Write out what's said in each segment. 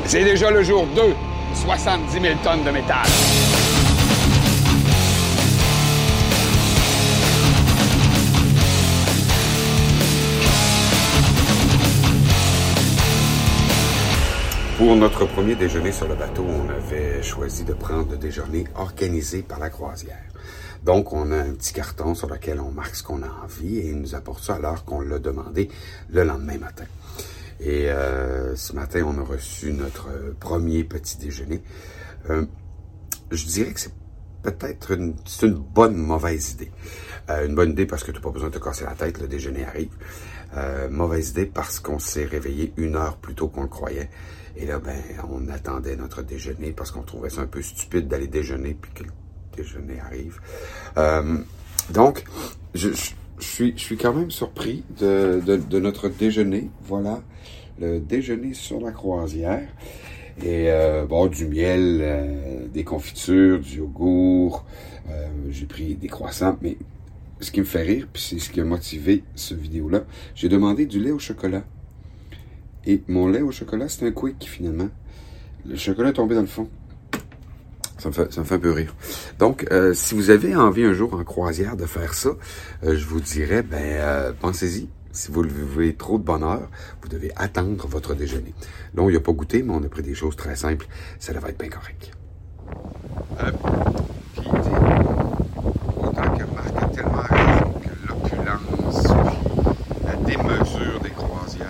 C'est déjà le jour 2, 70 000 tonnes de métal. Pour notre premier déjeuner sur le bateau, on avait choisi de prendre le déjeuner organisé par la croisière. Donc, on a un petit carton sur lequel on marque ce qu'on a envie et il nous apporte ça à l'heure qu'on l'a demandé le lendemain matin. Et ce matin, on a reçu notre premier petit déjeuner. Je dirais que c'est peut-être une bonne mauvaise idée. Une bonne idée parce que tu n'as pas besoin de te casser la tête, le déjeuner arrive. Mauvaise idée parce qu'on s'est réveillé 1 heure plus tôt qu'on le croyait. Et là, on attendait notre déjeuner parce qu'on trouvait ça un peu stupide d'aller déjeuner puis que le déjeuner arrive. Donc, je suis quand même surpris de notre déjeuner. Voilà, le déjeuner sur la croisière. Et du miel, des confitures, du yogourt. J'ai pris des croissants, mais ce qui me fait rire, puis c'est ce qui a motivé cette vidéo-là, j'ai demandé du lait au chocolat. Et mon lait au chocolat, c'est un quick, finalement. Le chocolat est tombé dans le fond. Ça me fait un peu rire. Donc, si vous avez envie un jour en croisière de faire ça, je vous dirais, pensez-y. Si vous voulez trop de bonheur, vous devez attendre votre déjeuner. Là, on n'y a pas goûté, mais on a pris des choses très simples. Ça devrait être bien correct. Puis, autant que Marc a tellement raison que l'opulence suffit la démesure des croisières.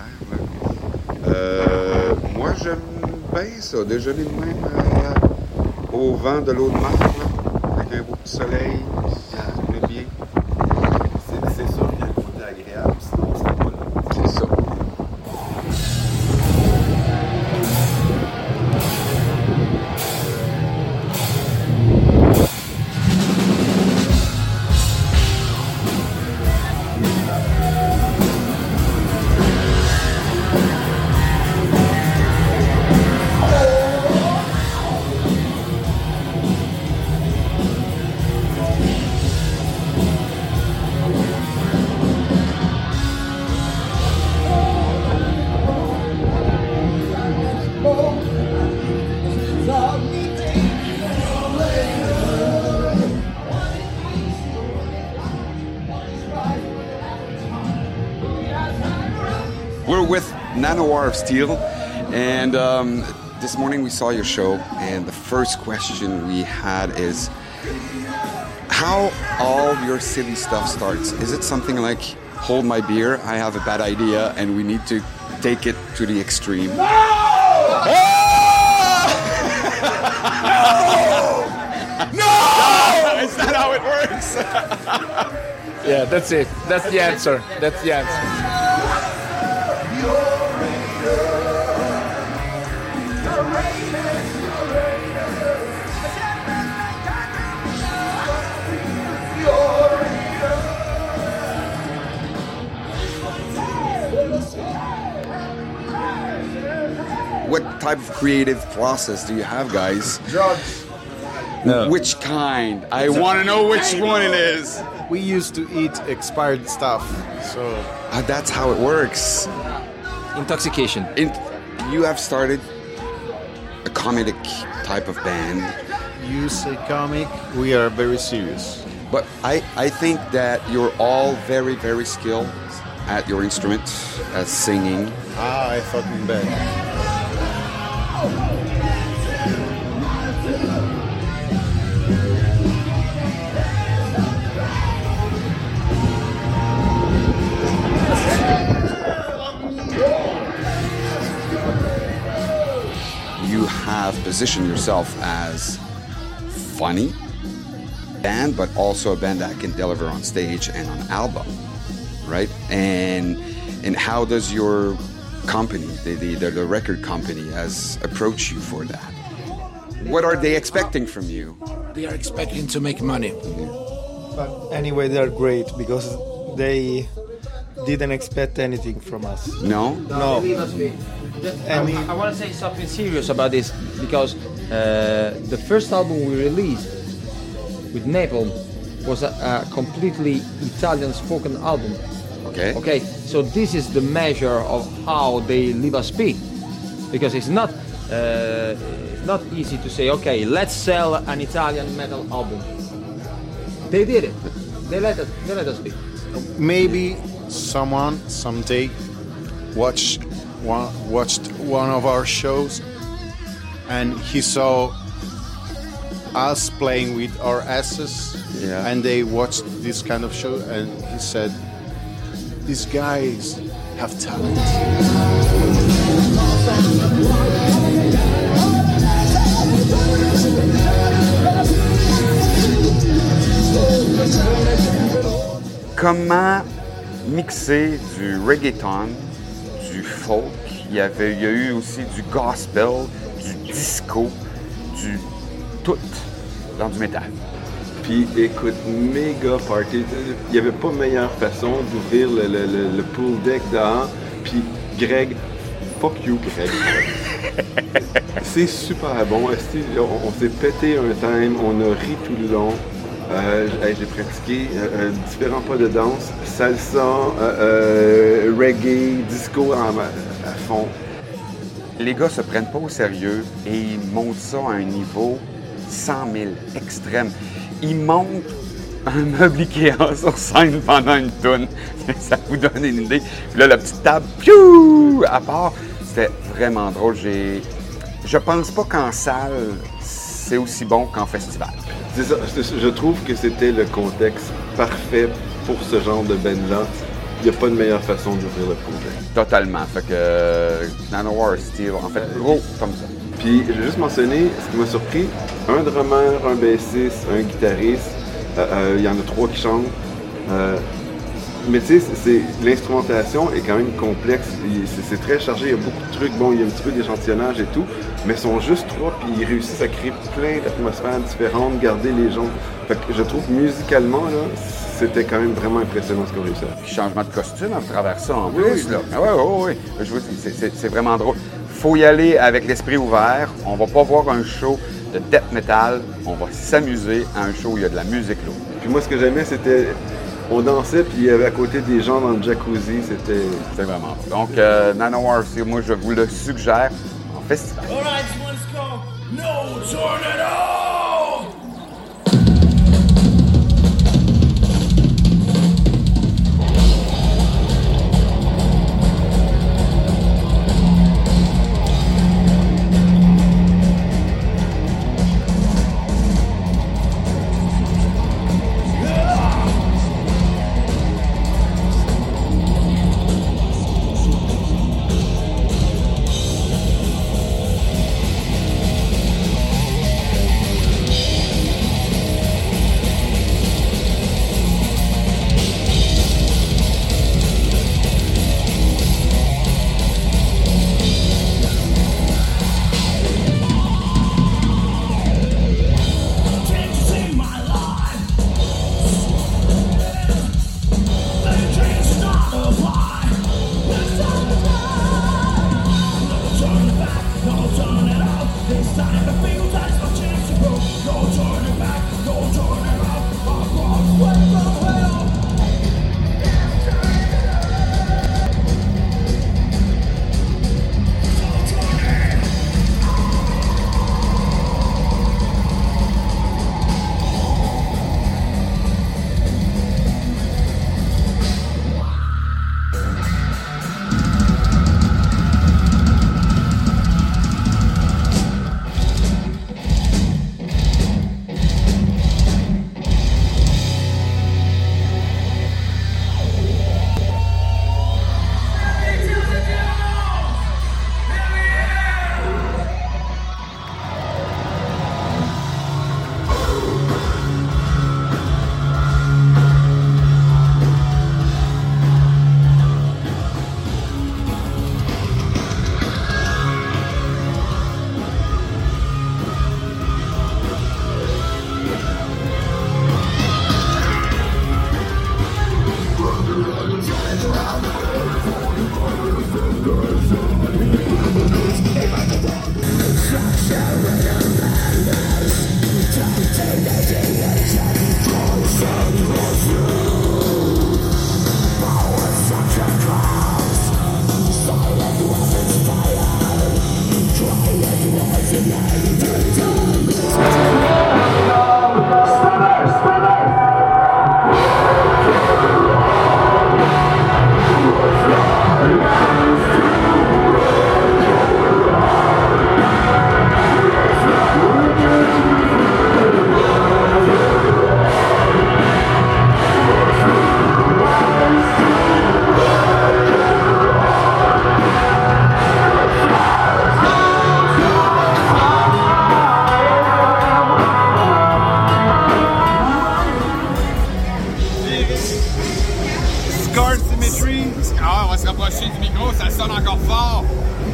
Moi, j'aime bien ça, déjeuner de même au vent de l'eau de mer, là, avec un beau petit soleil, le bien. C'est sûr qu'il y a un côté agréable, sinon on serait pas là. C'est ça. We're with Nanowar of Steel, and this morning we saw your show, and the first question we had is how all your silly stuff starts. Is it something like, hold my beer, I have a bad idea, and we need to take it to the extreme? No! Oh! No! No! Is that how it works? Yeah, that's it. That's the answer. That's the answer. What type of creative process do you have, guys? Drugs. No. Which kind? I want to know which one it is. We used to eat expired stuff, so That's how it works. Intoxication. You have started a comedic type of band, you say comic, we are very serious. but I think that you're all very, very skilled at your instrument, at singing. I fucking bet. You have positioned yourself as funny band, but also a band that can deliver on stage and on album, right? And how does your company, the record company, has approached you for that? What are they expecting from you? They are expecting to make money. But anyway, they're great because they didn't expect anything from us. No? No. I want to say something serious about this because the first album we released with Napalm was a completely Italian spoken album. Okay. Okay, so this is the measure of how they leave us be, because it's not not easy to say, okay, let's sell an Italian metal album. They did it. They let us be. Maybe someone someday watched one of our shows and he saw us playing with our asses, and they watched this kind of show and he said, these guys have talent. Comment mixer du reggaeton, du folk, il y a eu aussi du gospel, du disco, du tout dans du métal. Puis écoute, méga party. Il n'y avait pas meilleure façon d'ouvrir le pool deck dehors. Puis Greg, fuck you Greg. C'est super bon. On s'est pété un time, on a ri tout le long. J'ai pratiqué différents pas de danse, salsa, reggae, disco à fond. Les gars se prennent pas au sérieux et ils montent ça à un niveau 100 000 extrême. Ils montent un meuble Ikea sur scène pendant une toune. Ça vous donne une idée. Puis là, la petite table, piou, à part, c'était vraiment drôle. Je pense pas qu'en salle, c'est aussi bon qu'en festival. C'est ça, je trouve que c'était le contexte parfait pour ce genre de band-là. Il n'y a pas de meilleure façon d'ouvrir le projet. Totalement. Fait que Nanowar Steel, en fait, gros comme ça. Puis, je vais juste mentionner, ce qui m'a surpris, un drummer, un bassiste, un guitariste, il y en a 3 qui chantent. Mais tu sais, l'instrumentation est quand même complexe, c'est très chargé, il y a beaucoup de trucs, bon, il y a un petit peu d'échantillonnage et tout, mais ils sont juste 3 puis ils réussissent à créer plein d'atmosphères différentes, garder les gens. Fait que je trouve musicalement, là, c'était quand même vraiment impressionnant ce qu'on réussit à faire. Changement de costume à travers ça en plus, là. Oui. Je vous dis, c'est vraiment drôle. Faut y aller avec l'esprit ouvert. On va pas voir un show de death metal, on va s'amuser à un show où il y a de la musique lourde. Puis moi, ce que j'aimais, c'était... On dansait, puis il y avait à côté des gens dans le jacuzzi, c'était vraiment bon. Donc, Nanowar, moi, je vous le suggère en festival. All right, this one's called No Tornado!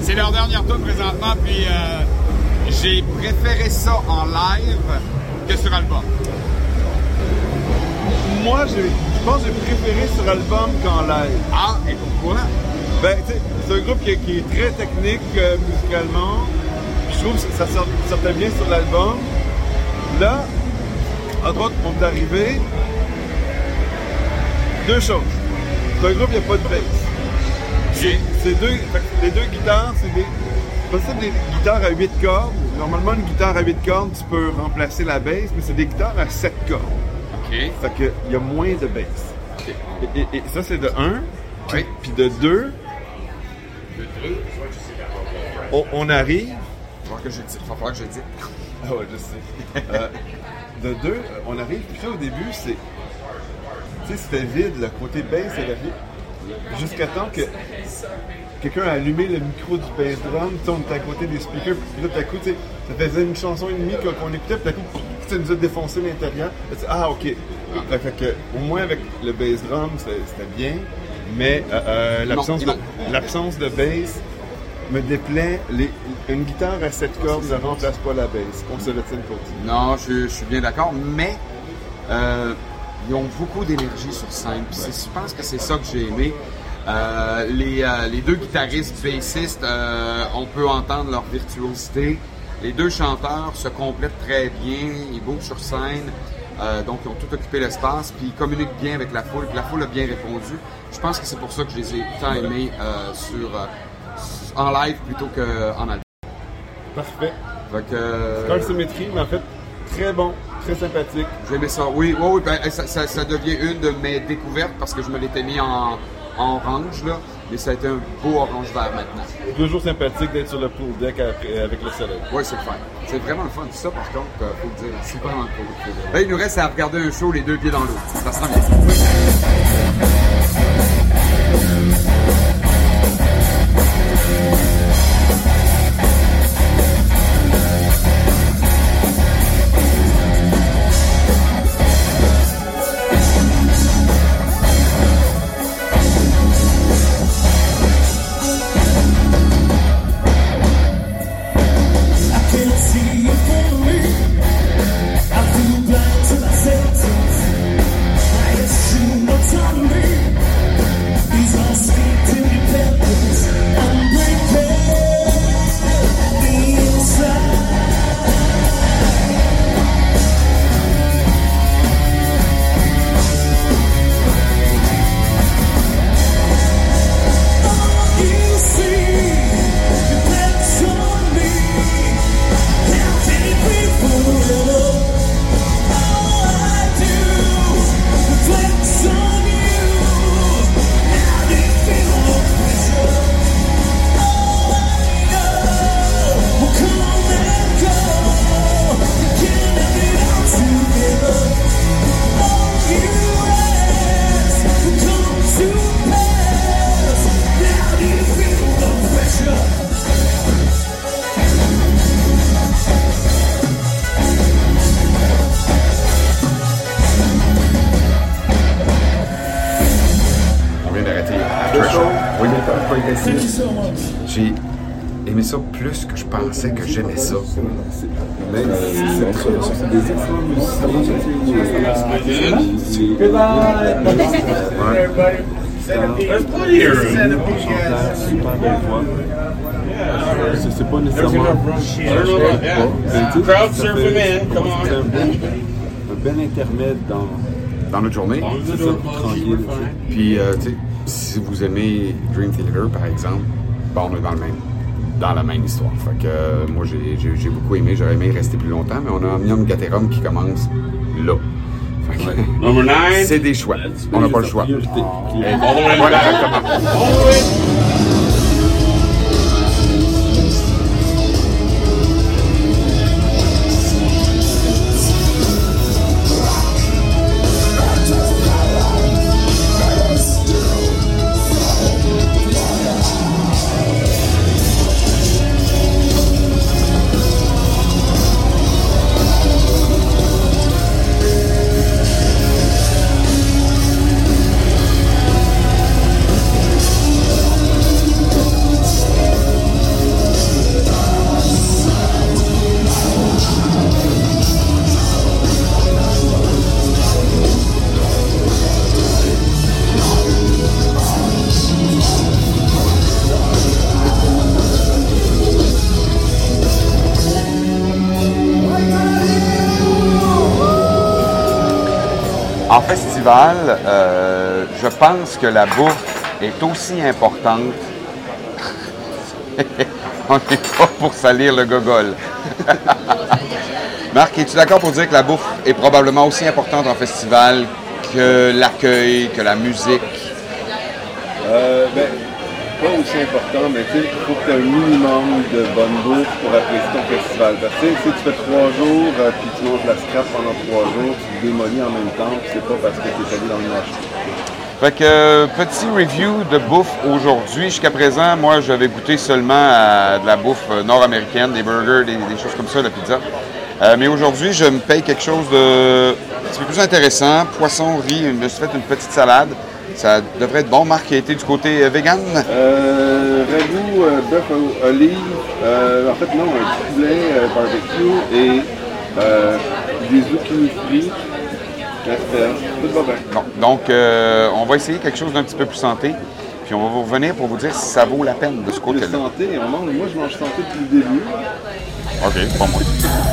C'est leur dernière tour présentement, puis j'ai préféré ça en live que sur album. Moi, je pense que j'ai préféré sur album qu'en live. Ah, et pourquoi? Ben, tu sais, c'est un groupe qui est très technique musicalement. Je trouve que ça sortait bien sur l'album. Là, entre autres, on est arrivé. Deux choses. C'est un groupe, il n'y a pas de bass. Les deux guitares, c'est des guitares à 8 cordes. Normalement, une guitare à 8 cordes, tu peux remplacer la bass, mais c'est des guitares à 7 cordes. OK. Fait qu'il y a moins de bass. Okay. Et ça, c'est de 1. Oui. Puis de 2, on arrive. Il va falloir que je dise. Ah ouais, je sais. De 2, on arrive. Puis là, au début, tu sais, c'était vide, le côté bass était vide. Jusqu'à temps que quelqu'un a allumé le micro du bass drum, tu sais, on était à côté des speakers, puis là, tout à coup, tu sais, ça faisait une chanson et demie qu'on écoutait, puis tout à coup, ça nous a défoncé l'intérieur. Ah, ok. Fait que, au moins avec le bass drum, c'était bien, mais l'absence de bass me déplaît. Une guitare à 7 cordes ne remplace pas la bass, qu'on se le tienne pour dire. Non, je suis bien d'accord, mais ils ont beaucoup d'énergie sur scène. Puis je pense que c'est ça que j'ai aimé. Les deux guitaristes, bassistes, on peut entendre leur virtuosité. Les deux chanteurs se complètent très bien, ils bougent sur scène, donc ils ont tout occupé l'espace, puis ils communiquent bien avec la foule, puis la foule a bien répondu. Je pense que c'est pour ça que je les ai tant aimés en live plutôt qu'en album. Parfait. C'est Scar Symmetry, mais en fait, très bon, très sympathique. J'ai aimé ça, oui, ben, ça devient une de mes découvertes parce que je me l'étais mis en orange, là, mais ça a été un beau orange vert maintenant. Toujours sympathique d'être sur le pool deck avec le soleil. Oui, c'est le fun. C'est vraiment le fun. Ça, par contre, faut le dire, c'est vraiment cool. Là, il nous reste à regarder un show les deux pieds dans l'eau. Ça sent bien. Oui. J'ai aimé ça plus que je pensais que j'aimais ça. Mais c'est des excellents musiciens. C'est pas nécessairement un bel intermède dans notre journée. C'est ça, tranquille. Puis, tu sais, si vous aimez Dream Theater, par exemple, bon, on est dans la même histoire. Fait que moi, j'ai beaucoup aimé. J'aurais aimé rester plus longtemps, mais on a Omnium Gatherum qui commence là. Number 9. C'est des choix. On n'a pas le choix. En festival, je pense que la bouffe est aussi importante. On n'est pas pour salir le gogol. Marc, es-tu d'accord pour dire que la bouffe est probablement aussi importante en festival que l'accueil, que la musique? Pas aussi important, mais tu sais, il faut que tu aies un minimum de bonne bouffe pour apprécier ton festival. Parce que si tu fais 3 jours, puis tu manges la scrap pendant 3 jours, tu te démolis en même temps, puis c'est pas parce que tu es allé dans le marché. Fait que, petit review de bouffe aujourd'hui. Jusqu'à présent, moi, j'avais goûté seulement à de la bouffe nord-américaine, des burgers, des choses comme ça, la pizza. Mais aujourd'hui, je me paye quelque chose de un petit peu plus intéressant. Poisson, riz, je me suis fait une petite salade. Ça devrait être bon. Marc a été du côté vegan. Ragoût, bœuf olive, en fait non, un poulet barbecue et des zucchini frits. Tout va bien. Bon, donc, on va essayer quelque chose d'un petit peu plus santé. Puis on va vous revenir pour vous dire si ça vaut la peine de ce côté-là. Santé, moi je mange santé depuis le début. OK, pas moi.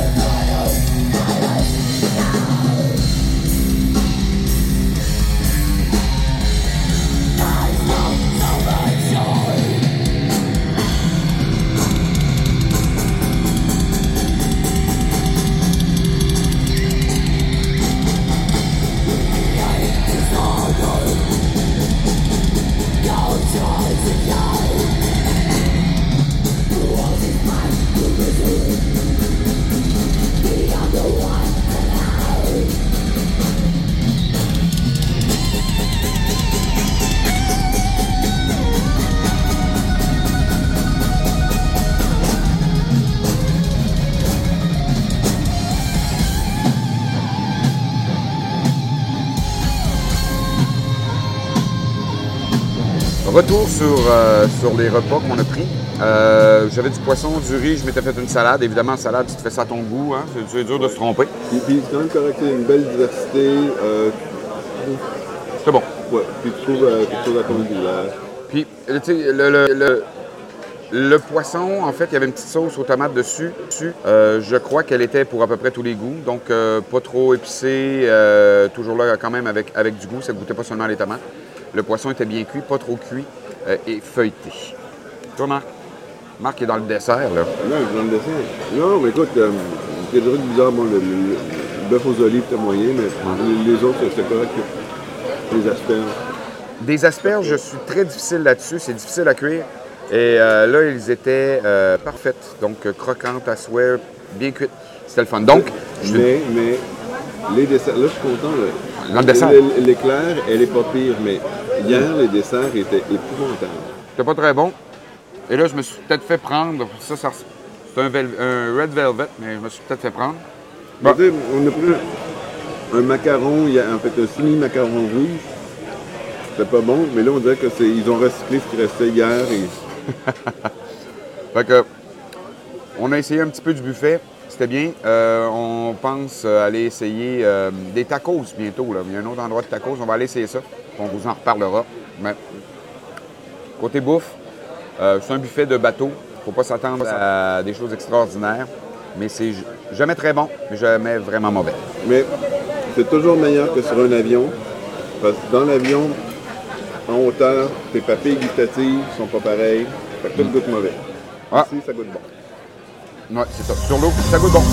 Retour sur les repas qu'on a pris. J'avais du poisson, du riz, je m'étais fait une salade. Évidemment, salade, tu te fais ça à ton goût. Hein? C'est dur de se tromper. Puis c'est quand même correct, il y a une belle diversité. C'est bon. Ouais, puis tu trouves quelque chose à ton goût. Puis, tu sais, le poisson, en fait, il y avait une petite sauce aux tomates dessus. Je crois qu'elle était pour à peu près tous les goûts. Donc, pas trop épicé, toujours là quand même avec du goût. Ça ne goûtait pas seulement les tomates. Le poisson était bien cuit, pas trop cuit et feuilleté. Toi, Marc? Marc est dans le dessert, là. Non, dans le dessert. Non, mais écoute, il y a des trucs bizarres. Bon, le bœuf aux olives, c'était moyen, mais les autres, c'était correct. Les asperges. Des asperges, je suis très difficile là-dessus. C'est difficile à cuire. Et là, ils étaient parfaites. Donc, croquantes à souhait, bien cuites. C'était le fun. Donc, mais les desserts, là, je suis content. Là. Dans le dessert. L'éclair, elle est pas pire, mais hier, les desserts étaient épouvantables. C'était pas très bon. Et là, je me suis peut-être fait prendre. Ça c'est un red velvet, mais je me suis peut-être fait prendre. Bon. On a pris un macaron, en fait, un semi-macaron rouge. C'était pas bon, mais là, on dirait qu'ils ont recyclé ce qui restait hier. Fait que, on a essayé un petit peu du buffet. C'était bien. On pense aller essayer des tacos bientôt. Là. Il y a un autre endroit de tacos. On va aller essayer ça. On vous en reparlera. Mais, côté bouffe, c'est un buffet de bateau. Il ne faut pas s'attendre à des choses extraordinaires. Mais c'est jamais très bon, mais jamais vraiment mauvais. Mais c'est toujours meilleur que sur un avion. Parce que dans l'avion, en hauteur, tes papilles gustatives sont pas pareilles. Fait que tout goûte mauvais. Ah. Ici, ça goûte bon. Oui, c'est ça. Sur l'eau, ça goûte bon.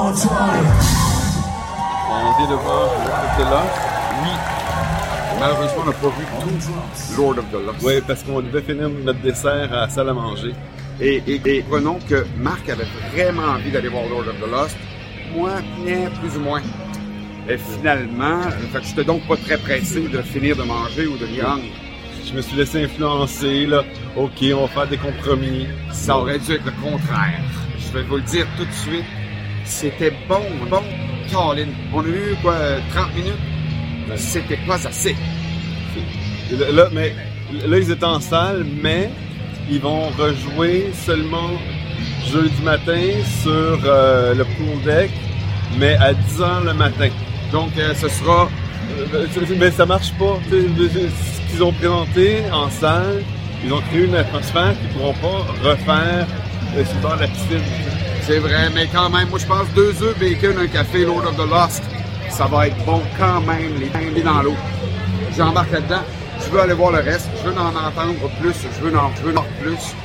On vient de voir Lord of the Lost. Oui. Malheureusement, on n'a pas vu tout Lord of the Lost. Oui, parce qu'on devait finir notre dessert à la salle à manger. Et prenons que Marc avait vraiment envie d'aller voir Lord of the Lost. Moi, bien, plus ou moins. Et finalement, je n'étais donc pas très pressé de finir de manger ou de lire. Je me suis laissé influencer, là. OK, on va faire des compromis. Ça aurait dû être le contraire. Je vais vous le dire tout de suite. C'était bon. Colin, on a eu, 30 minutes? Ouais. C'était pas assez. Là, ils étaient en salle, mais ils vont rejouer seulement jeudi matin sur le pool deck, mais à 10h le matin. Donc, ce sera... Mais ça marche pas. Ce qu'ils ont présenté en salle, ils ont créé une atmosphère qu'ils ne pourront pas refaire sur le bord de la piscine. C'est vrai, mais quand même, moi je pense 2 œufs, bacon, un café, Lord of the Lost, ça va être bon quand même, les dans l'eau. J'embarque là-dedans. Je veux aller voir le reste. Je veux en entendre plus. Je veux en plus.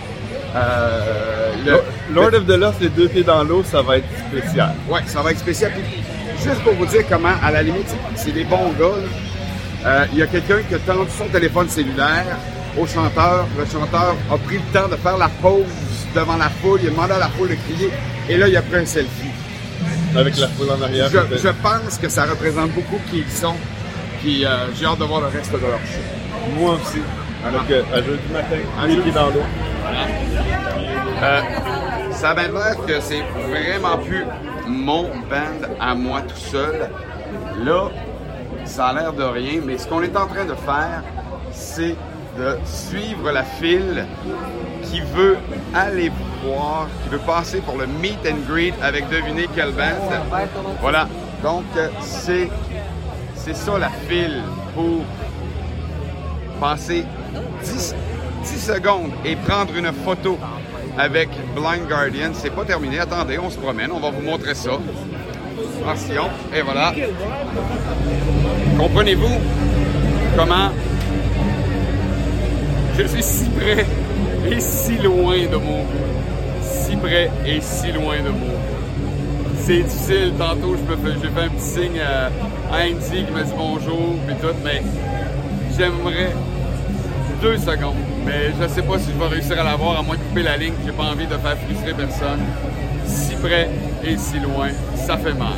Lord of the Lost, les 2 pieds dans l'eau, ça va être spécial. Ouais, ça va être spécial. Puis, juste pour vous dire comment, à la limite, c'est des bons gars. Il y a quelqu'un qui a tendu son téléphone cellulaire au chanteur. Le chanteur a pris le temps de faire la pause devant la foule. Il a demandé à la foule de crier. Et là, il a pris un selfie. Avec la foule en arrière. Je pense que ça représente beaucoup qui ils sont. Puis j'ai hâte de voir le reste de leur show. Moi aussi. Alors à jeudi matin, les pieds dans l'eau. Voilà. Ça m'a l'air que c'est vraiment plus mon band à moi tout seul. Là, ça a l'air de rien, mais ce qu'on est en train de faire, c'est de suivre la file qui veut aller voir, qui veut passer pour le meet and greet avec devinez quelle band. Voilà. Donc, c'est ça la file pour passer 10 secondes et prendre une photo avec Blind Guardian. C'est pas terminé. Attendez, on se promène. On va vous montrer ça. Attention. Et voilà. Comprenez-vous comment je suis si près et si loin de mon but. Si près et si loin de mon but. C'est difficile. Tantôt, j'ai fait un petit signe à Andy qui m'a dit bonjour et tout, mais j'aimerais 2 secondes. Mais je sais pas si je vais réussir à l'avoir, à moins de couper la ligne. J'ai pas envie de faire frustrer personne. Si près et si loin, ça fait mal.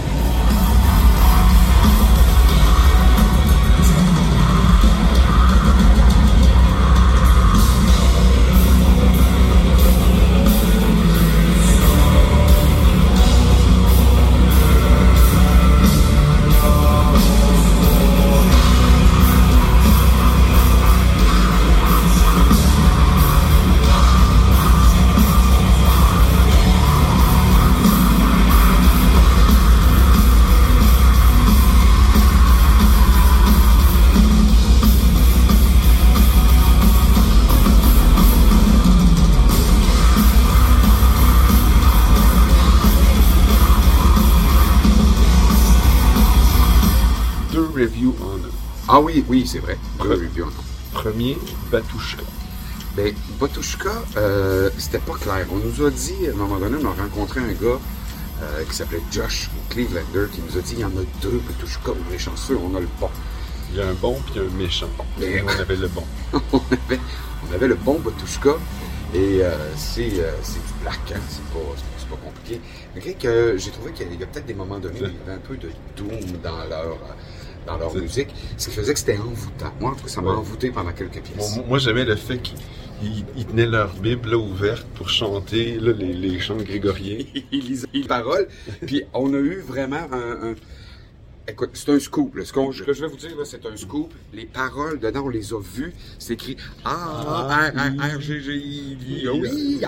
Ah oui, c'est vrai. Premier, Batushka. Ben, Batushka, c'était pas clair. On nous a dit, à un moment donné, on a rencontré un gars qui s'appelait Josh Clevelander, qui nous a dit il y en a 2 Batushka, on est chanceux, on a le bon. Il y a un bon puis un méchant. Et on avait le bon. on avait le bon Batushka, et c'est du black, hein? C'est pas compliqué. Mais que j'ai trouvé qu'il y a peut-être des moments donnés, il y avait un peu de doom dans leur musique, ce qui faisait que c'était envoûtant. Moi, en tout cas, ça m'a envoûté pendant quelques pièces. Moi, j'aimais le fait qu'ils tenaient leur Bible là, ouverte pour chanter là, les chants grégoriens. Ils lisaient les paroles. Puis on a eu vraiment Écoute, c'est un scoop. Là. Ce que je vais vous dire, là, c'est un scoop. Les paroles, dedans, on les a vues. C'est écrit A-R-G-G-I-I. Oui,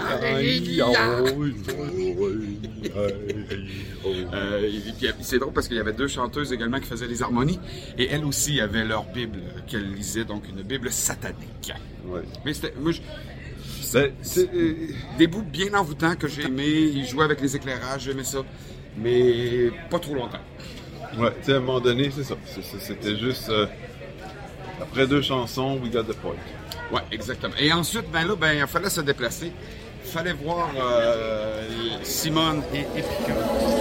c'est drôle parce qu'il y avait 2 chanteuses également qui faisaient les harmonies. Et elles aussi avaient leur Bible qu'elles lisaient, donc une Bible satanique. Ouais. Mais c'était... Moi, c'est des bouts bien envoûtants que j'ai aimé. Ils jouaient avec les éclairages, j'aimais ça. Mais pas trop longtemps. Ouais, tu sais, à un moment donné, c'est ça. C'était juste... après 2 chansons, we got the point. Ouais, exactement. Et ensuite, il fallait se déplacer. fallait voir Simone et Epica.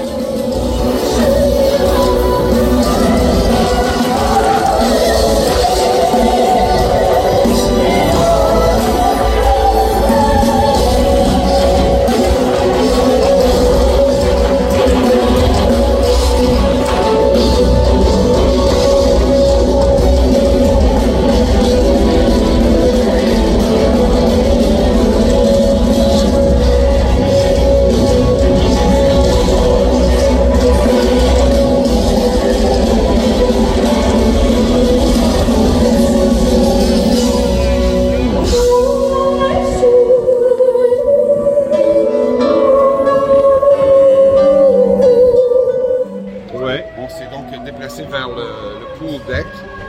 Vers le pool deck.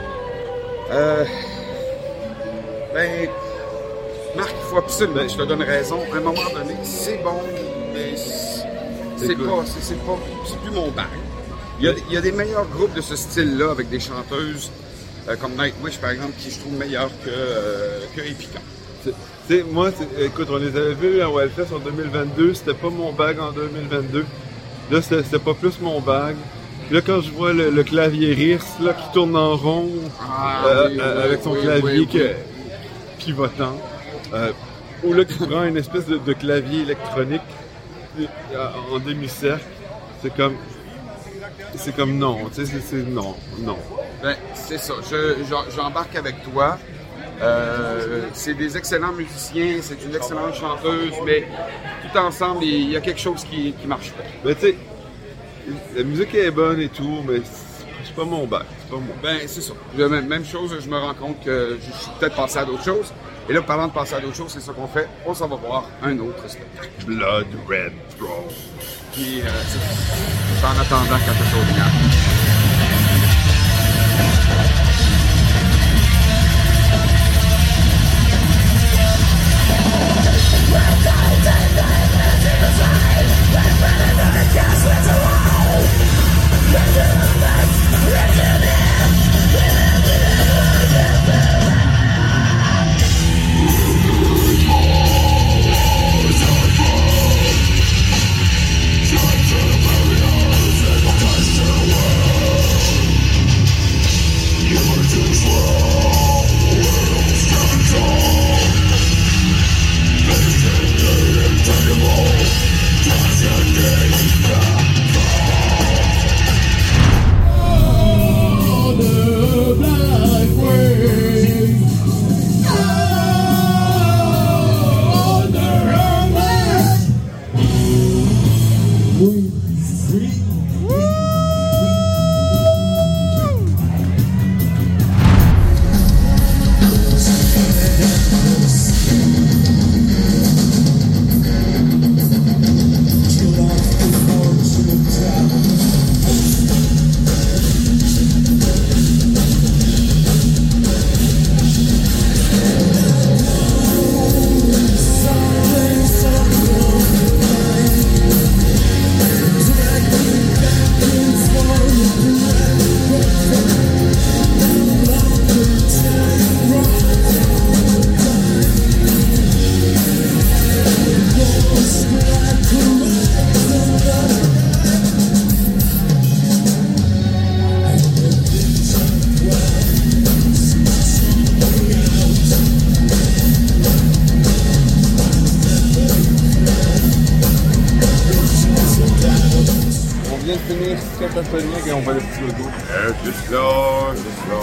Marc, il faut absolument, je te donne raison, à un moment donné, c'est bon, mais c'est plus mon bag. Il y a des meilleurs groupes de ce style-là avec des chanteuses comme Nightwish, par exemple, qui je trouve meilleurs que Epica. Écoute, on les avait vus à Wildfest en 2022, c'était pas mon bag en 2022. Là, c'était pas plus mon bag. Là, quand je vois le clavier Rirs là, qui tourne en rond avec son clavier pivotant, ou là qui prend une espèce de clavier électronique en demi-cercle, c'est comme non, tu sais, c'est non. Ben, c'est ça, j'embarque avec toi. C'est des excellents musiciens, c'est une excellente chanteuse, mais tout ensemble, il y a quelque chose qui marche pas. Ben, tu sais, la musique est bonne et tout, mais c'est pas mon bac. Ben, c'est ça. Même chose, je me rends compte que je suis peut-être passé à d'autres choses. Et là, parlant de passer à d'autres choses, c'est ça qu'on fait. On s'en va voir un autre spectacle. Blood Red Throne. Puis, c'est en attendant quelque chose de bien. Et on va le petit logo. Juste là.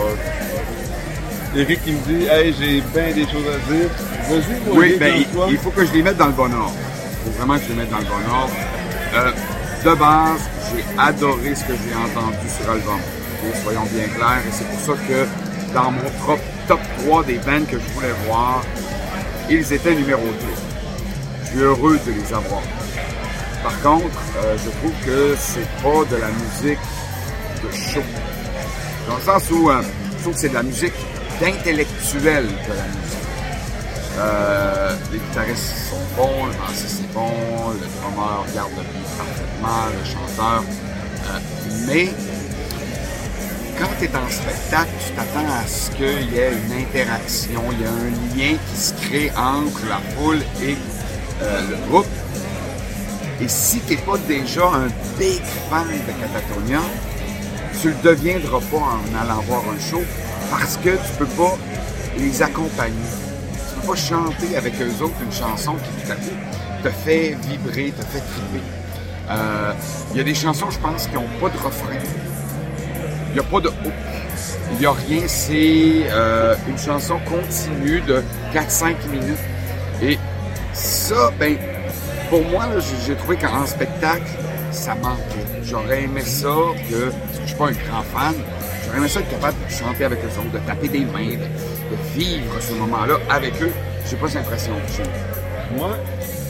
Eric qui me dit hey, j'ai bien des choses à dire. Vas-y, moi, oui, ben, il faut que je les mette dans le bon ordre. Il faut vraiment que je les mette dans le bon ordre. De base, j'ai adoré ce que j'ai entendu sur l'album. Okay, soyons bien clairs. Et c'est pour ça que dans mon top 3 des bands que je voulais voir, ils étaient numéro 2. Je suis heureux de les avoir. Par contre, je trouve que c'est pas de la musique de show. Dans le sens où je trouve que c'est de la musique d'intellectuel de la musique. Les guitaristes sont bons, le bassiste c'est bon, le drummer garde le beat parfaitement, le chanteur. Mais quand tu es en spectacle, tu t'attends à ce qu'il y ait une interaction, il y a un lien qui se crée entre la foule et le groupe. Et si tu n'es pas déjà un big fan de Katatonia, tu le deviendras pas en allant voir un show parce que tu peux pas les accompagner. Tu peux pas chanter avec eux autres une chanson qui tout à coup te fait vibrer, te fait triper. Il y a des chansons, je pense, qui n'ont pas de refrain. Il n'y a pas de hook. Il n'y a rien. C'est une chanson continue de 4-5 minutes. Et ça, ben, pour moi, là, j'ai trouvé qu'en spectacle, ça manquait. J'aurais aimé ça, que je ne suis pas un grand fan, j'aurais aimé ça être capable de chanter avec eux autres, de taper des mains, de vivre ce moment-là avec eux. Je n'ai pas cette impression que j'ai. Moi,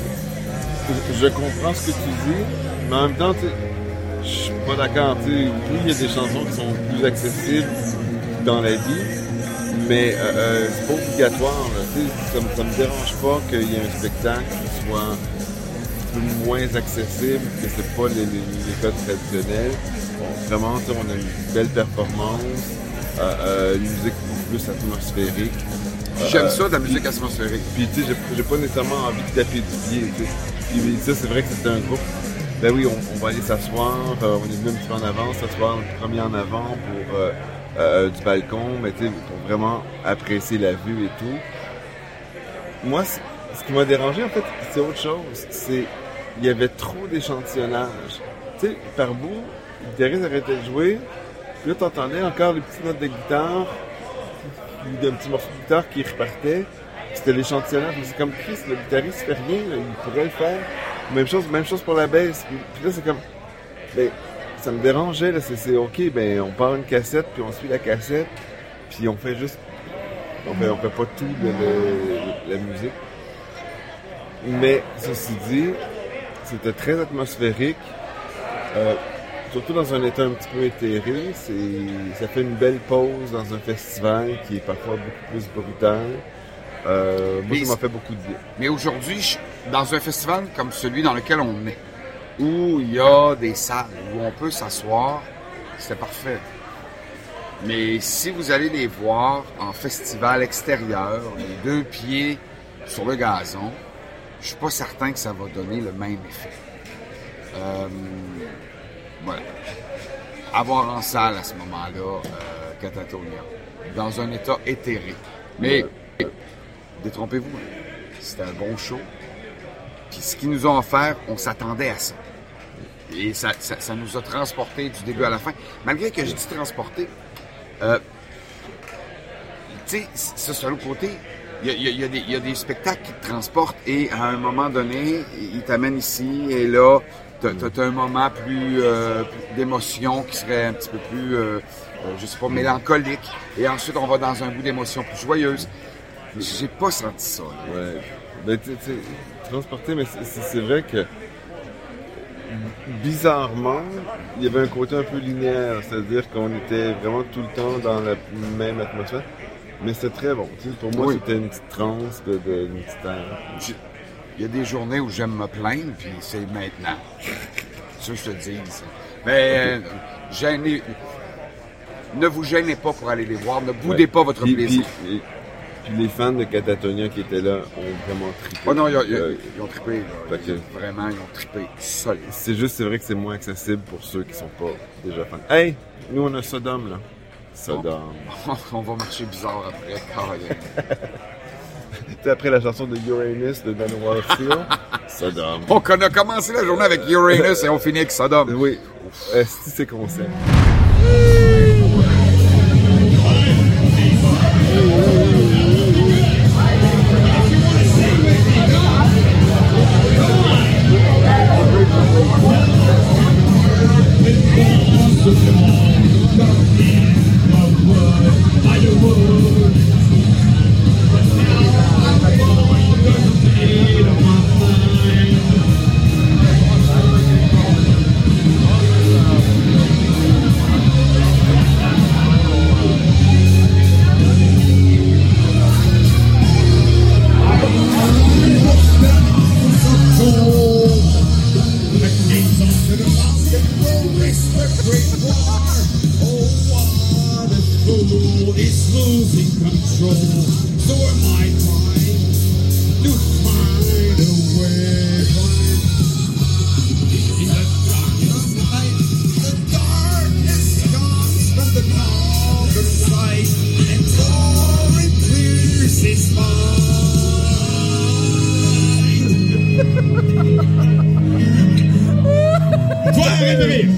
je comprends ce que tu dis, mais en même temps, je suis pas d'accord. Oui, il y a des chansons qui sont plus accessibles dans la vie, mais c'est pas obligatoire. Ça me dérange pas qu'il y ait un spectacle qui soit moins accessible, que c'est pas les codes traditionnels. Bon, vraiment, on a une belle performance, une musique plus atmosphérique. J'aime ça, de la musique atmosphérique. Puis, tu sais, j'ai pas nécessairement envie de taper du pied, tu sais. Puis ça, c'est vrai que c'était un groupe. Ben oui, on va aller s'asseoir, on est venu un petit peu en avance, s'asseoir le premier en avant pour du balcon, mais tu sais, pour vraiment apprécier la vue et tout. Moi, ce qui m'a dérangé, en fait, c'est autre chose. Il y avait trop d'échantillonnage. Tu sais, par bout, le guitariste arrêtait de jouer, puis là, t'entendais encore les petites notes de guitare, puis d'un petit morceau de guitare qui repartait. C'était l'échantillonnage, mais c'est comme Chris, le guitariste fait rien, là, il pourrait le faire. Même chose pour la baisse. Puis là, c'est comme, ben, ça me dérangeait, là, c'est ok, ben, on part une cassette, puis on suit la cassette, puis on fait juste, on fait pas tout de la musique. Mais, ceci dit, c'était très atmosphérique, surtout dans un état un petit peu éthéré. Ça fait une belle pause dans un festival qui est parfois beaucoup plus brutal. Moi, ça m'a fait beaucoup de bien. Mais aujourd'hui, dans un festival comme celui dans lequel on est, où il y a des salles, où on peut s'asseoir, c'est parfait. Mais si vous allez les voir en festival extérieur, les deux pieds sur le gazon, je suis pas certain que ça va donner le même effet. Voilà. Avoir en salle à ce moment-là, Katatonia, dans un état éthéré. Mais détrompez-vous, c'était un bon show. Puis ce qu'ils nous ont offert, on s'attendait à ça. Et ça nous a transportés du début à la fin. Malgré que je dis transporter, tu sais, ça c'est l'autre côté. Il y a des spectacles qui te transportent et à un moment donné, ils t'amènent ici et là, t'as un moment plus d'émotion qui serait un petit peu plus, je sais pas, mélancolique. Et ensuite, on va dans un bout d'émotion plus joyeuse. J'ai pas senti ça. Là. Ouais. Ben, tu sais, transporter, mais c'est vrai que bizarrement, il y avait un côté un peu linéaire, c'est-à-dire qu'on était vraiment tout le temps dans la même atmosphère, mais c'était très bon. Tu sais, pour moi, c'était une petite transe d'une petite air. Il y a des journées où j'aime me plaindre, puis c'est maintenant. C'est ça que je te dis. Mais ne vous gênez pas pour aller les voir, ne boudez pas votre plaisir. Puis les fans de Katatonia qui étaient là ont vraiment trippé. Oh non, ils ont trippé. Vraiment, ils ont trippé solide. C'est vrai que c'est moins accessible pour ceux qui sont pas déjà fans. Hey, nous on a Sodom là. Sodom. On va marcher bizarre après. C'est après la chanson de Uranus de Manowar of Steel. Sodom. On a commencé la journée avec Uranus et on finit avec Sodom. Oui. C'est concept. Toi, arrête de rire.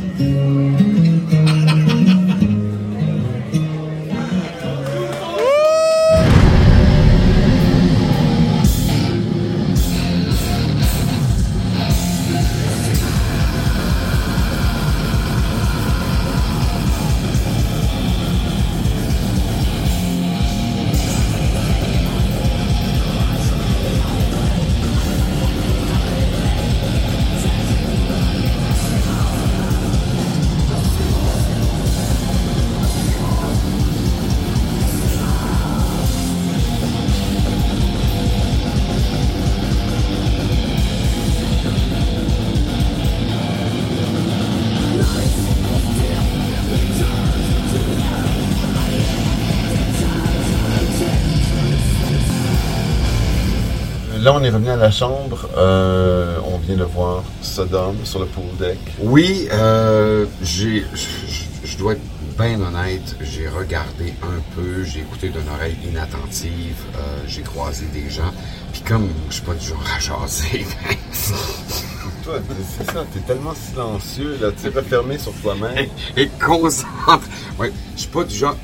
Là, on est revenu à la chambre. On vient de voir Sodom sur le pool deck. Oui, je dois être bien honnête, j'ai regardé un peu, j'ai écouté d'une oreille inattentive, j'ai croisé des gens, puis comme je suis pas du genre à jaser, Toi, c'est ça, t'es tellement silencieux, là, tu sais, refermé sur toi-même. et concentre. Ouais, je suis pas du genre.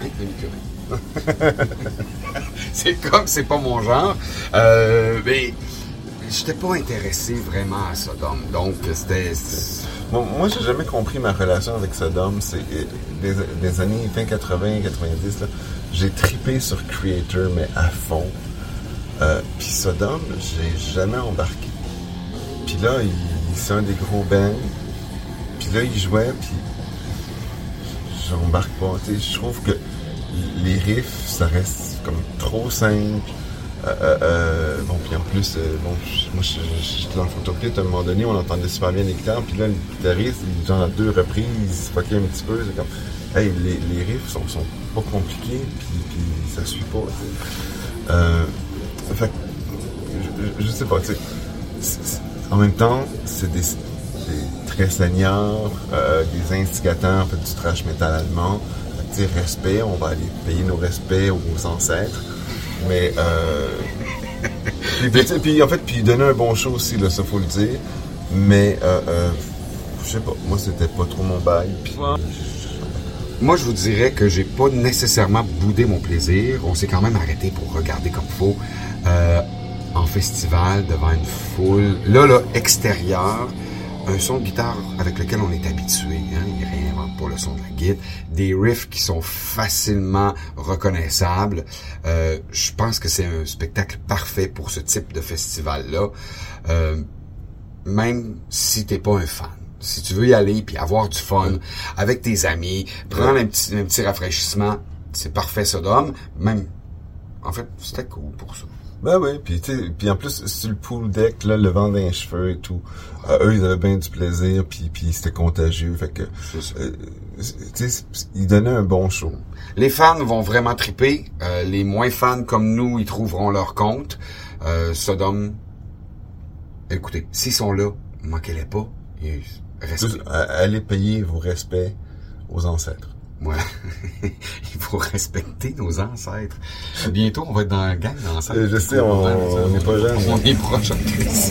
C'est comme c'est pas mon genre. Mais j'étais pas intéressé vraiment à Sodom. Donc c'était. Bon, moi, j'ai jamais compris ma relation avec Sodom. C'est des années fin 80, 90, là. J'ai tripé sur Creator, mais à fond. Puis Sodom, j'ai jamais embarqué. Puis là, c'est un des gros bands. Puis là, il jouait, puis j'embarque pas. Tu sais, je trouve que les riffs, ça reste comme trop simple. Bon, puis en plus, moi, j'étais dans le photoclip, à un moment donné, on entendait super bien les guitares, puis là, le guitariste, genre à 2 reprises, il se fuckait un petit peu, c'est comme, hey, les riffs sont pas compliqués, puis ça suit pas, fait que, je sais pas, tu sais, en même temps, c'est des très seniors, des instigateurs, en fait, du thrash metal allemand. Tu sais, respect, on va aller payer nos respects aux ancêtres. Mais, puis en fait, puis donner un bon show aussi, là, ça faut le dire. Mais, je sais pas, moi, c'était pas trop mon bail. Puis, Moi, je vous dirais que j'ai pas nécessairement boudé mon plaisir. On s'est quand même arrêté pour regarder comme il faut. En festival, devant une foule. Là, extérieur. Un son de guitare avec lequel on est habitué, hein, il réinvente pas le son de la guitare, des riffs qui sont facilement reconnaissables. Je pense que c'est un spectacle parfait pour ce type de festival-là, même si t'es pas un fan. Si tu veux y aller puis avoir du fun avec tes amis, prendre un petit rafraîchissement, c'est parfait Sodom. Même, en fait, c'était cool pour ça. Ben oui, puis en plus, sur le pool deck, là, le vent d'un cheveu et tout, eux, ils avaient bien du plaisir, puis c'était contagieux, fait que, tu sais, ils donnaient un bon show. Les fans vont vraiment triper, les moins fans comme nous, ils trouveront leur compte. Sodom, écoutez, s'ils sont là, manquez-les pas, respect. Allez payer vos respects aux ancêtres. Voilà. Il faut respecter nos ancêtres. Bientôt, on va être dans la gang d'ancêtres. Je sais, on n'est pas jeunes. On est proche de Christ.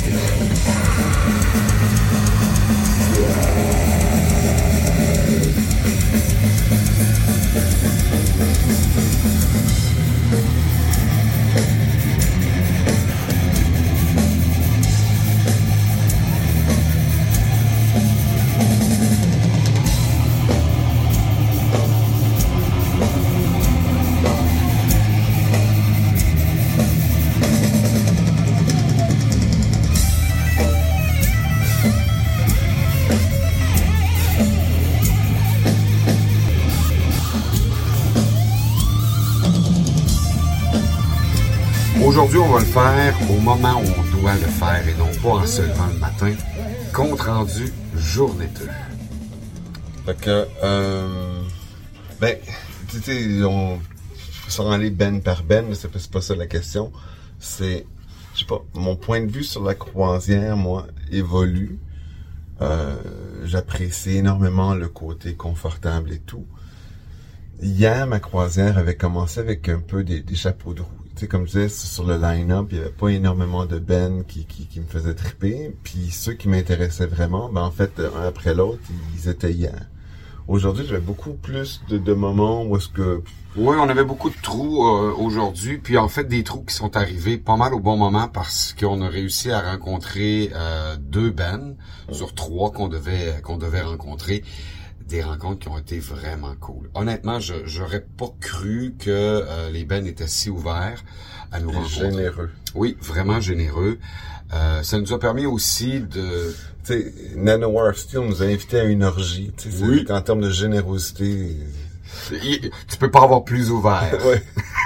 Aujourd'hui, on va le faire au moment où on doit le faire et non pas en se levant le matin. Compte rendu, journée 2. Fait que, ben, tu sais, on s'en aller ben par ben, mais c'est pas ça la question. C'est, je sais pas, mon point de vue sur la croisière, moi, évolue. J'apprécie énormément le côté confortable et tout. Hier, ma croisière avait commencé avec un peu des chapeaux de roue. Tu sais, comme je disais, sur le line-up, il y avait pas énormément de bands qui me faisaient triper. Puis ceux qui m'intéressaient vraiment, ben en fait, un après l'autre, ils étaient hier. Aujourd'hui, j'avais beaucoup plus de moments où est-ce que... Oui, on avait beaucoup de trous aujourd'hui, puis en fait des trous qui sont arrivés pas mal au bon moment parce qu'on a réussi à rencontrer 2 bands sur 3 qu'on devait rencontrer. Des rencontres qui ont été vraiment cool. Honnêtement, j'aurais pas cru que les bands étaient si ouverts à nous rencontrer. Généreux. Oui, vraiment généreux. Ça nous a permis aussi de... Tu sais, Nanowar of Steel nous a invités à une orgie. Tu sais, oui. En termes de générosité... Tu peux pas avoir plus ouvert. Ouais.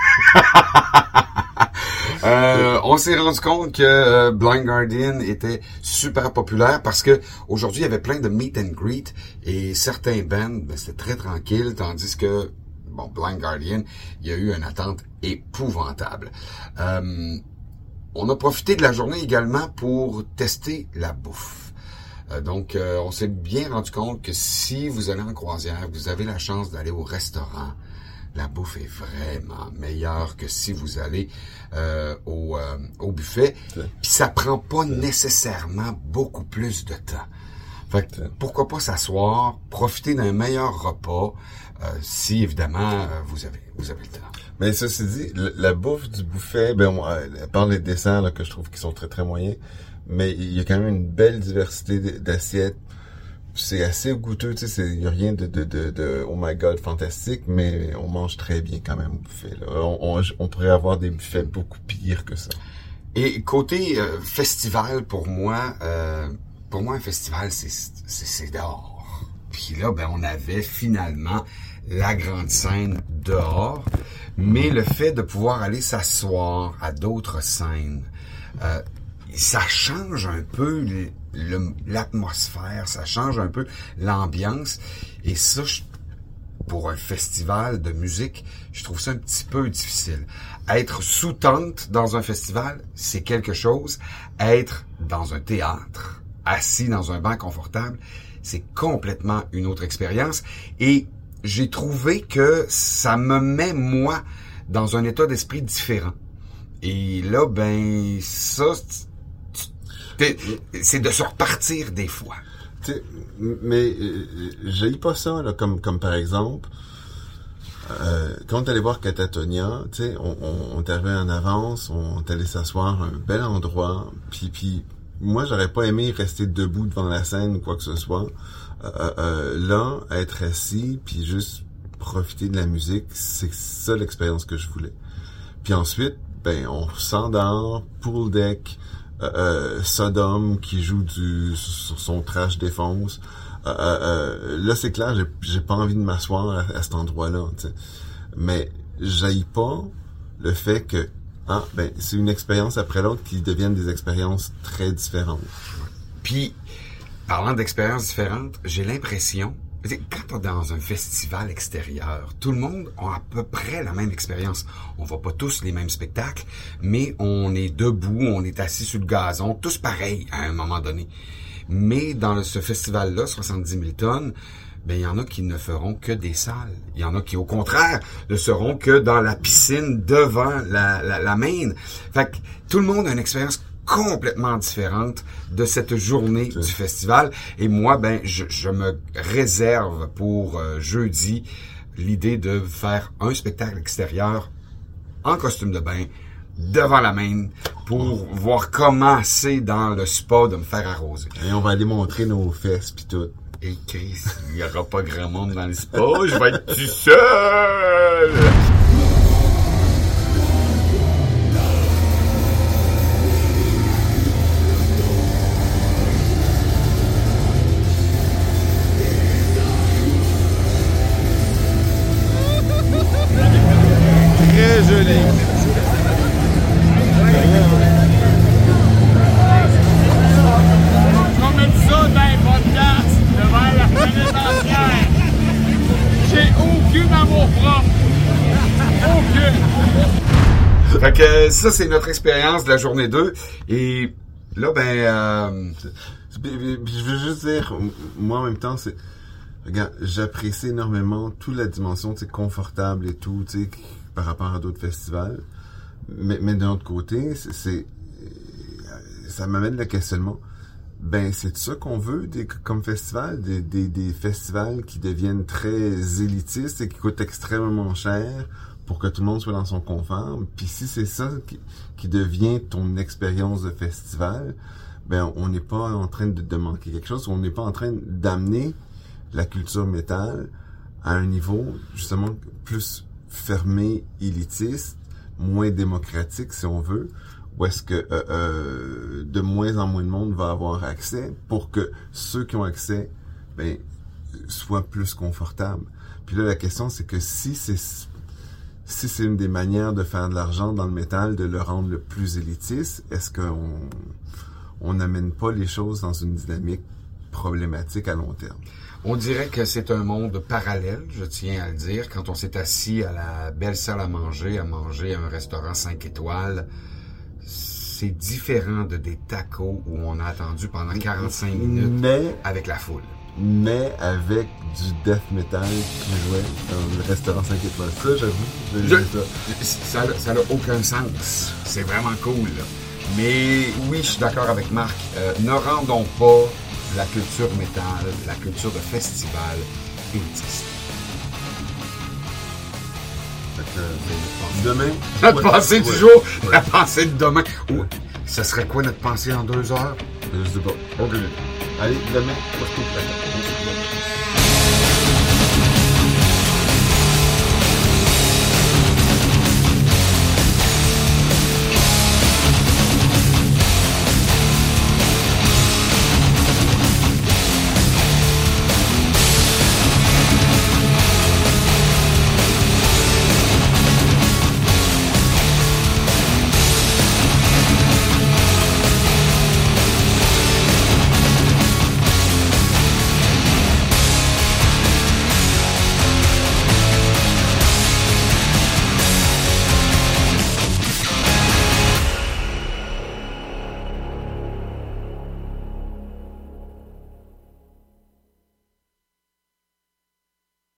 On s'est rendu compte que Blind Guardian était super populaire parce que aujourd'hui il y avait plein de meet and greet et certains bands, ben, c'était très tranquille, tandis que Blind Guardian, il y a eu une attente épouvantable. On a profité de la journée également pour tester la bouffe. Donc, on s'est bien rendu compte que si vous allez en croisière, vous avez la chance d'aller au restaurant, la bouffe est vraiment meilleure que si vous allez au buffet. Puis ça prend pas nécessairement beaucoup plus de temps. Fait que pourquoi pas s'asseoir, profiter d'un meilleur repas, si évidemment vous avez le temps. Mais ceci dit, la bouffe du buffet, à part les desserts là, que je trouve qui sont très très moyens, mais il y a quand même une belle diversité d'assiettes. C'est assez goûteux, tu sais, il y a rien de oh my god fantastique, mais on mange très bien quand même au buffet. Là. On pourrait avoir des buffets beaucoup pires que ça. Et côté festival, pour moi un festival c'est dehors. Puis là, on avait finalement la grande scène dehors, mais le fait de pouvoir aller s'asseoir à d'autres scènes, ça change un peu l'atmosphère, ça change un peu l'ambiance. Et ça, pour un festival de musique, je trouve ça un petit peu difficile. Être sous tente dans un festival, c'est quelque chose. Être dans un théâtre, assis dans un banc confortable, c'est complètement une autre expérience. Et j'ai trouvé que ça me met, moi, dans un état d'esprit différent. Et là, ça... c'est de se repartir des fois. Mais j'haïs pas ça, là, comme par exemple, quand on est allé voir Catatonia, on est arrivé en avance, on est allé s'asseoir à un bel endroit, puis moi, j'aurais pas aimé rester debout devant la scène ou quoi que ce soit. Là, être assis, puis juste profiter de la musique, c'est ça l'expérience que je voulais. Puis ensuite, on s'endort, pool deck, Sodom qui joue sur son trash défonce. Là, c'est clair, j'ai pas envie de m'asseoir à cet endroit-là, t'sais. Mais j'haïs pas le fait que c'est une expérience après l'autre qui deviennent des expériences très différentes. Puis, parlant d'expériences différentes, j'ai l'impression, quand on est dans un festival extérieur, tout le monde a à peu près la même expérience. On voit pas tous les mêmes spectacles, mais on est debout, on est assis sur le gazon, tous pareils à un moment donné. Mais dans ce festival-là, 70 000 tonnes, il y en a qui ne feront que des salles. Il y en a qui, au contraire, ne seront que dans la piscine devant la main. Fait que tout le monde a une expérience complètement différente de cette journée du festival. Et moi, je me réserve pour jeudi l'idée de faire un spectacle extérieur en costume de bain devant la main pour voir comment c'est dans le spa de me faire arroser. Et on va aller montrer nos fesses pis tout. Et Chris, il n'y aura pas grand monde dans le spa, je vais être tout seul! Très joli. On va mettre ça dans les podcasts devant la planète entière. J'ai aucune amour propre. Aucune. Fait que ça, c'est notre expérience de la journée 2. Et là, Je veux juste dire, moi en même temps, regarde, j'apprécie énormément toute la dimension, confortable et tout, par rapport à d'autres festivals. Mais d'un autre côté, ça m'amène le questionnement. Ben, c'est ça qu'on veut comme festival, des festivals qui deviennent très élitistes et qui coûtent extrêmement cher pour que tout le monde soit dans son confort. Puis si c'est ça qui devient ton expérience de festival, ben on n'est pas en train de manquer quelque chose, on n'est pas en train d'amener la culture métal à un niveau justement plus fermé, élitiste, moins démocratique si on veut, où est-ce que de moins en moins de monde va avoir accès pour que ceux qui ont accès soient plus confortables. Puis là, la question, c'est que si c'est une des manières de faire de l'argent dans le métal, de le rendre le plus élitiste, est-ce qu'on n'amène pas les choses dans une dynamique problématique à long terme? On dirait que c'est un monde parallèle, je tiens à le dire. Quand on s'est assis à la belle salle à manger à un restaurant 5 étoiles, c'est différent de des tacos où on a attendu pendant 45 minutes avec la foule. Mais avec du death metal qui jouait dans le restaurant 5 étoiles. Ça, j'avoue. Ça n'a aucun sens. C'est vraiment cool. Mais oui, je suis d'accord avec Marc. Ne rendons pas la culture métal, la culture de festival élitiste. Demain. Notre pensée du jour, la pensée de demain. Ça serait quoi notre pensée en 2 heures? Je sais pas. OK. Allez, demain, on se retrouve.